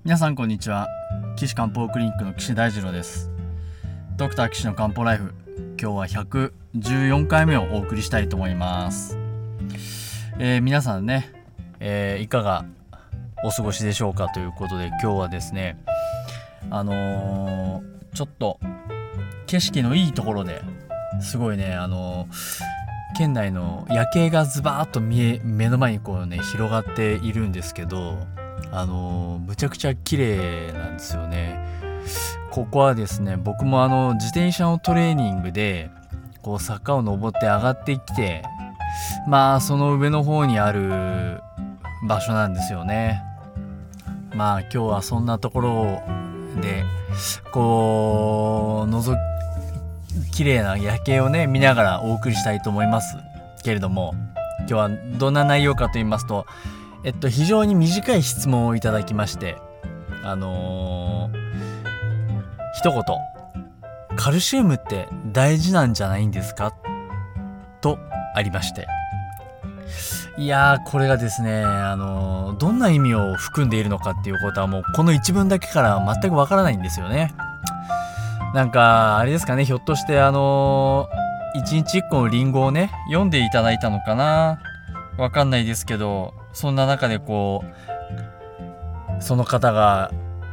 皆さんこんにちは。岸漢方クリニックの岸大二郎です。ドクター岸の漢方ライフ、今日は114回目をお送りしたいと思います。皆さんね、いかがお過ごしでしょうかということで、今日はですねちょっと景色のいいところですごいね県内の夜景がズバーッと目の前にこうね広がっているんですけど、むちゃくちゃ綺麗なんですよね。ここはですね、僕も自転車のトレーニングでこう坂を登って上がってきて、その上の方にある場所なんですよね。今日はそんなところでこう綺麗な夜景をね見ながらお送りしたいと思いますけれども、今日はどんな内容かと言いますと、非常に短い質問をいただきまして、一言、カルシウムって大事なんじゃないんですかとありまして、いやー、これがですねどんな意味を含んでいるのかっていうことはもうこの一文だけから全くわからないんですよね。なんかあれですかね、ひょっとして一日一個のリンゴをね読んでいただいたのかな、わかんないですけど、そんな中でこうその方が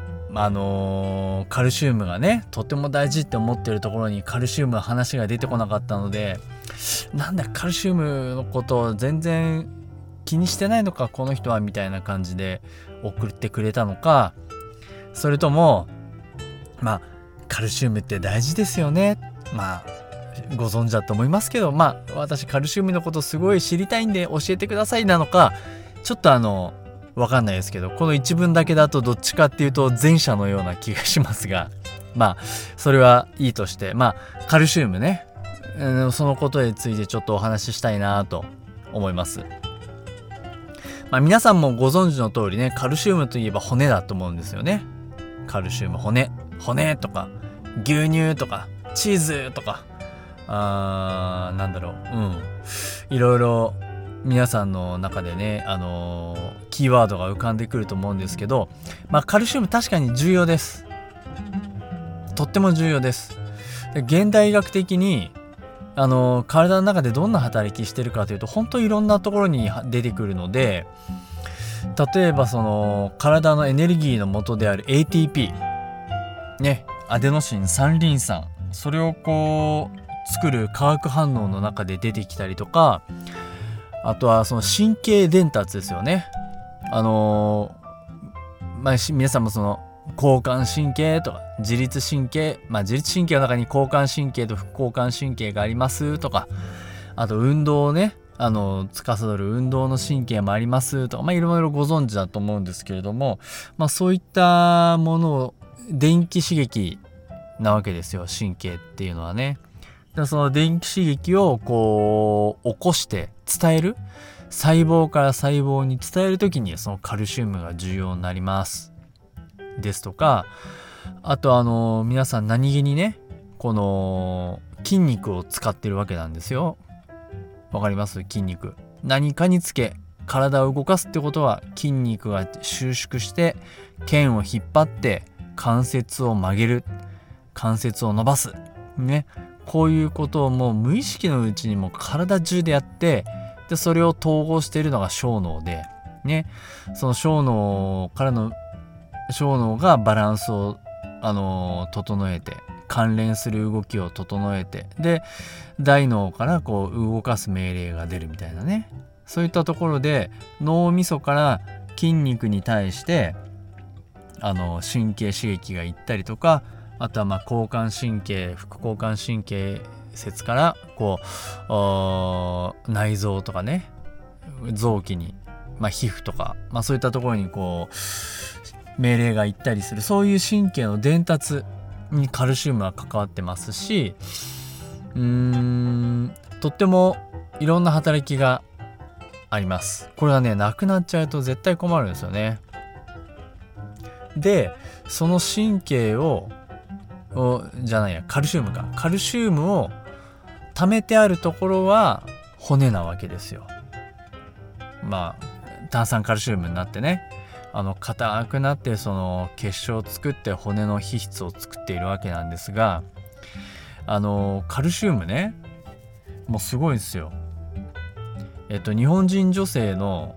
カルシウムがねとても大事って思ってるところにカルシウムの話が出てこなかったので、なんだカルシウムのことを全然気にしてないのかこの人はみたいな感じで送ってくれたのか、それともカルシウムって大事ですよね、ご存知だと思いますけど、私カルシウムのことすごい知りたいんで教えてくださいなのか、ちょっとわかんないですけど、この一文だけだとどっちかっていうと前者のような気がしますが、それはいいとして、カルシウムね、そのことについてちょっとお話ししたいなと思います。皆さんもご存知の通りね、カルシウムといえば骨だと思うんですよね。カルシウム、骨とか牛乳とかチーズとかいろいろ皆さんの中でねキーワードが浮かんでくると思うんですけど、カルシウム確かに重要です。とっても重要です。で、現代医学的に体の中でどんな働きしてるかというと、本当にいろんなところに出てくるので、例えばその体のエネルギーの元である ATP ね、アデノシン三リン酸、それをこう作る化学反応の中で出てきたりとか、あとはその神経伝達ですよね。皆さんもその交感神経とか自律神経、自律神経の中に交感神経と副交感神経がありますとか、あと運動をね司る運動の神経もありますとか、いろいろご存知だと思うんですけれども、そういったものを電気刺激なわけですよ、神経っていうのはね。その電気刺激をこう起こして伝える、細胞から細胞に伝えるときにそのカルシウムが重要になりますですとか、あと皆さん何気にねこの筋肉を使ってるわけなんですよ。わかります？筋肉、何かにつけ体を動かすってことは、筋肉が収縮して腱を引っ張って関節を曲げる、関節を伸ばすね、こういうことをもう無意識のうちにも体中でやって、でそれを統合しているのが小脳でね、その小脳からの小脳がバランスを整えて、関連する動きを整えて、で大脳からこう動かす命令が出るみたいなね、そういったところで脳みそから筋肉に対して神経刺激がいったりとか、あとは交感神経副交感神経節からこう内臓とかね、臓器に、皮膚とか、そういったところにこう命令がいったりする、そういう神経の伝達にカルシウムは関わってますし、とってもいろんな働きがあります。これはねなくなっちゃうと絶対困るんですよね。でその神経カルシウムを溜めてあるところは骨なわけですよ。炭酸カルシウムになってね、 硬くなってその結晶を作って骨の皮質を作っているわけなんですが、カルシウムね、もうすごいんですよ。日本人女性の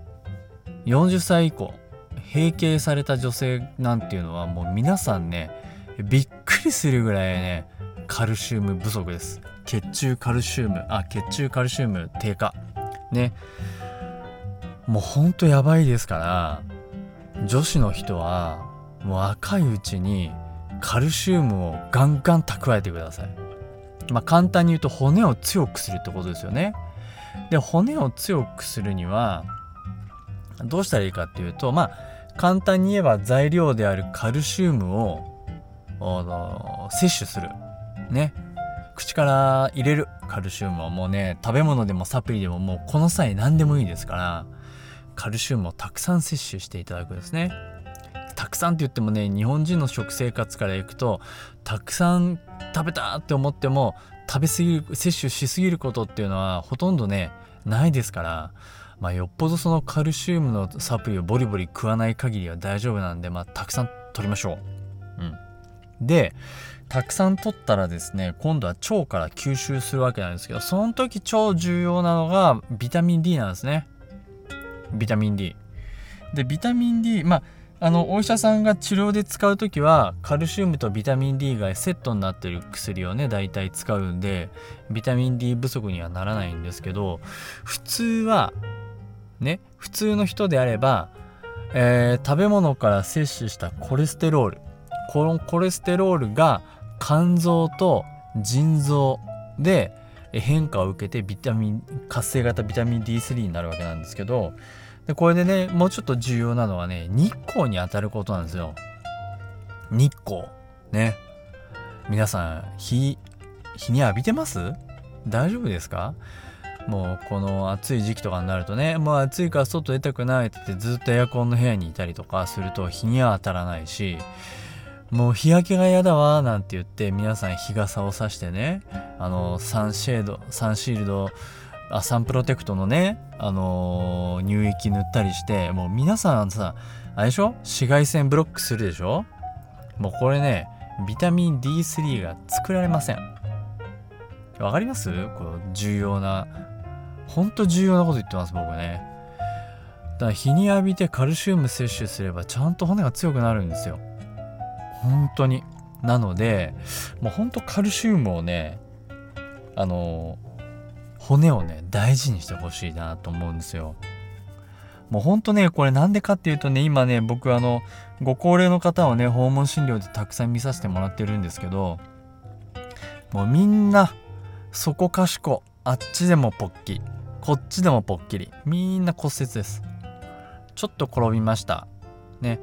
40歳以降閉経された女性なんていうのはもう皆さんねびっくりするぐらいねカルシウム不足です。血中カルシウム低下ね、もうほんとやばいですから、女子の人はもう若いうちにカルシウムをガンガン蓄えてください。簡単に言うと骨を強くするってことですよね。で骨を強くするにはどうしたらいいかっていうと、簡単に言えば材料であるカルシウムを摂取するね。口から入れるカルシウムはもうね、食べ物でもサプリでももうこの際何でもいいですから、カルシウムをたくさん摂取していただくですね。たくさんって言ってもね、日本人の食生活からいくとたくさん食べたって思っても摂取しすぎることっていうのはほとんどねないですから、よっぽどそのカルシウムのサプリをボリボリ食わない限りは大丈夫なんで、たくさん取りましょう。でたくさん取ったらですね、今度は腸から吸収するわけなんですけど、その時超重要なのがビタミン D なんですね。ビタミン D で、ビタミン D、お医者さんが治療で使う時はカルシウムとビタミン D がセットになってる薬をね大体使うんで、ビタミン D 不足にはならないんですけど、普通の人であれば、食べ物から摂取したコレステロール、このコレステロールが肝臓と腎臓で変化を受けて活性型ビタミン D3 になるわけなんですけど、でこれでねもうちょっと重要なのはね、日光に当たることなんですよ。日光ね、皆さん日に浴びてます？大丈夫ですか？もうこの暑い時期とかになるとね、もう暑いから外出たくないって言ってずっとエアコンの部屋にいたりとかすると日には当たらないし、もう日焼けが嫌だわなんて言って皆さん日傘を差してね、サンプロテクトのね、乳液塗ったりして、もう皆さんさ、あれでしょ、紫外線ブロックするでしょ。もうこれねビタミン D3 が作られません。わかります？この本当重要なこと言ってます僕ね。だから日に浴びてカルシウム摂取すればちゃんと骨が強くなるんですよ、本当に。なのでもう本当カルシウムをね、骨をね大事にしてほしいなと思うんですよ。もうほんとね、これなんでかっていうとね、今ね僕ご高齢の方をね訪問診療でたくさん見させてもらってるんですけど、もうみんなそこかしこ、あっちでもポッキ、こっちでもポッキリ、みんな骨折です。ちょっと転びましたね、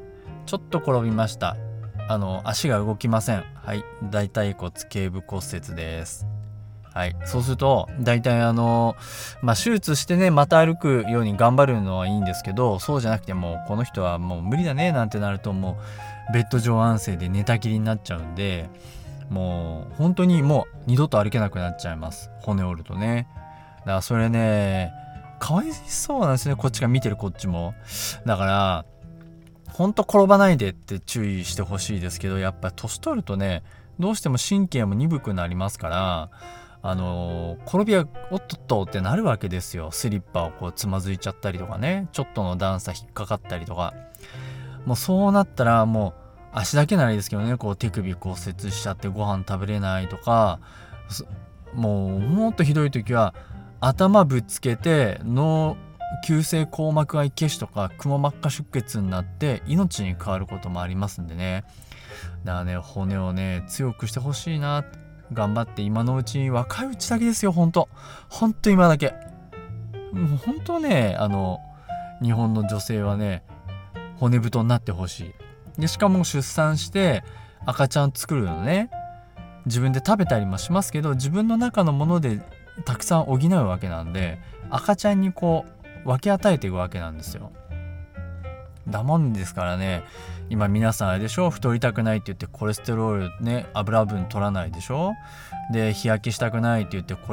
足が動きません。はい、大腿骨頸部骨折です。はい、そうすると大体手術してねまた歩くように頑張るのはいいんですけど、そうじゃなくてもうこの人はもう無理だねなんてなると、もうベッド上安静で寝たきりになっちゃうんで、もう本当にもう二度と歩けなくなっちゃいます、骨折るとね。だからそれねかわいそうなんですね、こっちが見てるこっちも。だから本当転ばないでって注意してほしいですけど、やっぱり年取るとねどうしても神経も鈍くなりますから、転びはおっとっとってなるわけですよ。スリッパをこうつまずいちゃったりとかね、ちょっとの段差引っかかったりとか、もうそうなったらもう足だけならいいですけどね、こう手首骨折しちゃってご飯食べれないとか、もっとひどい時は頭ぶつけて脳急性硬膜外血腫とかくも膜下出血になって命に変わることもありますんでね。だからね骨をね強くしてほしいな。頑張って今のうち、若いうちだけですよ、ほんと今だけ。もうほんとね日本の女性はね骨太になってほしい。でしかも出産して赤ちゃん作るのね、自分で食べたりもしますけど、自分の中のものでたくさん補うわけなんで、赤ちゃんにこう分け与えていくわけなんですよ。だもんですからね、今皆さんあれでしょ、太りたくないって言ってコレステロールね油分取らないでしょ。で日焼けしたくないって言って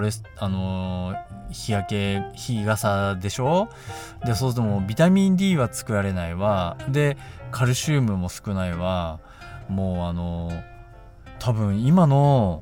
日傘でしょ。でそうするともうビタミン D は作られないわ。でカルシウムも少ないわ。もう多分今の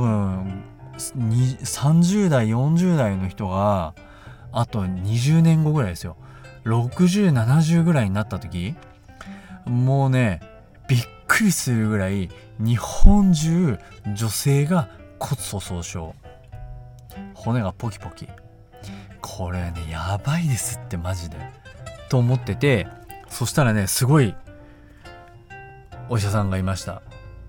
30代40代の人があと20年後ぐらいですよ、60、70ぐらいになった時、もうねびっくりするぐらい日本中女性が骨粗鬆症、骨がポキポキ、これねやばいですってマジでと思ってて、そしたらねすごいお医者さんがいました。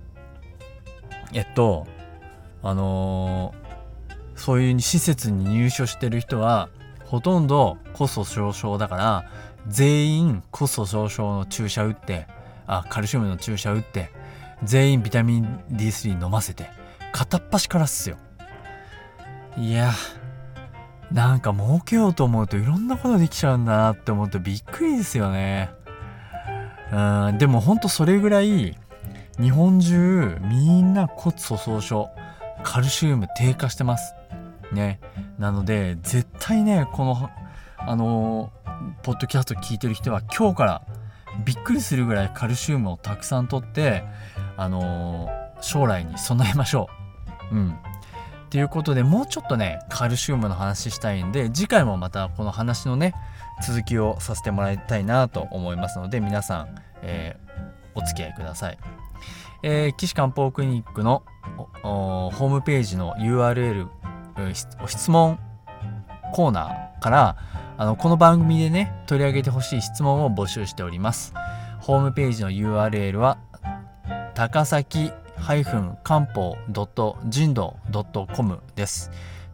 そういう施設に入所してる人はほとんど骨粗鬆症だから、全員骨粗鬆症の注射打って、カルシウムの注射打って、全員ビタミン D3 飲ませて、片っ端からっすよ。いやなんか儲けようと思うといろんなことできちゃうんだなって思うとびっくりですよね。でもほんとそれぐらい日本中みんな骨粗鬆症、カルシウム低下してますね。なので絶対ねこのポッドキャスト聞いてる人は今日からびっくりするぐらいカルシウムをたくさんとって将来に備えましょう。っていうことで、もうちょっとねカルシウムの話したいんで、次回もまたこの話のね続きをさせてもらいたいなと思いますので、皆さん、お付き合いください。岸漢方クリニックのホームページの URL、質問コーナーからこの番組でね取り上げてほしい質問を募集しております。ホームページの URL は高崎漢方人道 .com です。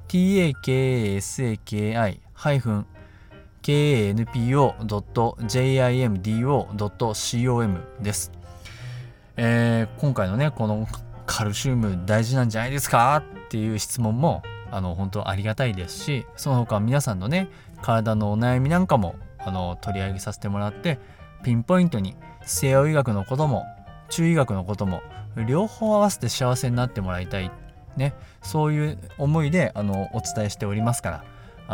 takasaki-kanpo.jimdo.com です。今回のねこのカルシウム大事なんじゃないですかっていう質問も本当ありがたいですし、その他皆さんのね体のお悩みなんかも取り上げさせてもらって、ピンポイントに西洋医学のことも中医学のことも両方合わせて幸せになってもらいたいね、そういう思いでお伝えしておりますから、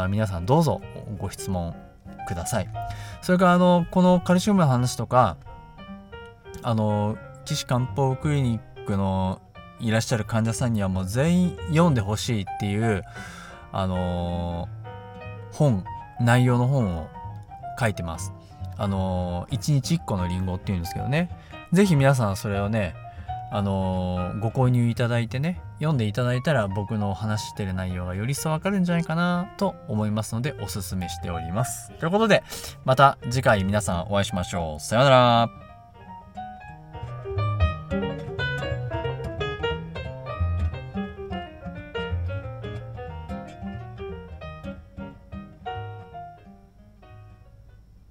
皆さんどうぞご質問ください。それからこのカルシウムの話とか岸漢方クリニックのいらっしゃる患者さんにはもう全員読んでほしいっていう内容の本を書いてます。1日1個のリンゴっていうんですけどね、ぜひ皆さんそれをねご購入いただいてね読んでいただいたら、僕の話してる内容がより一層わかるんじゃないかなと思いますのでおすすめしております。ということでまた次回皆さんお会いしましょう。さようなら。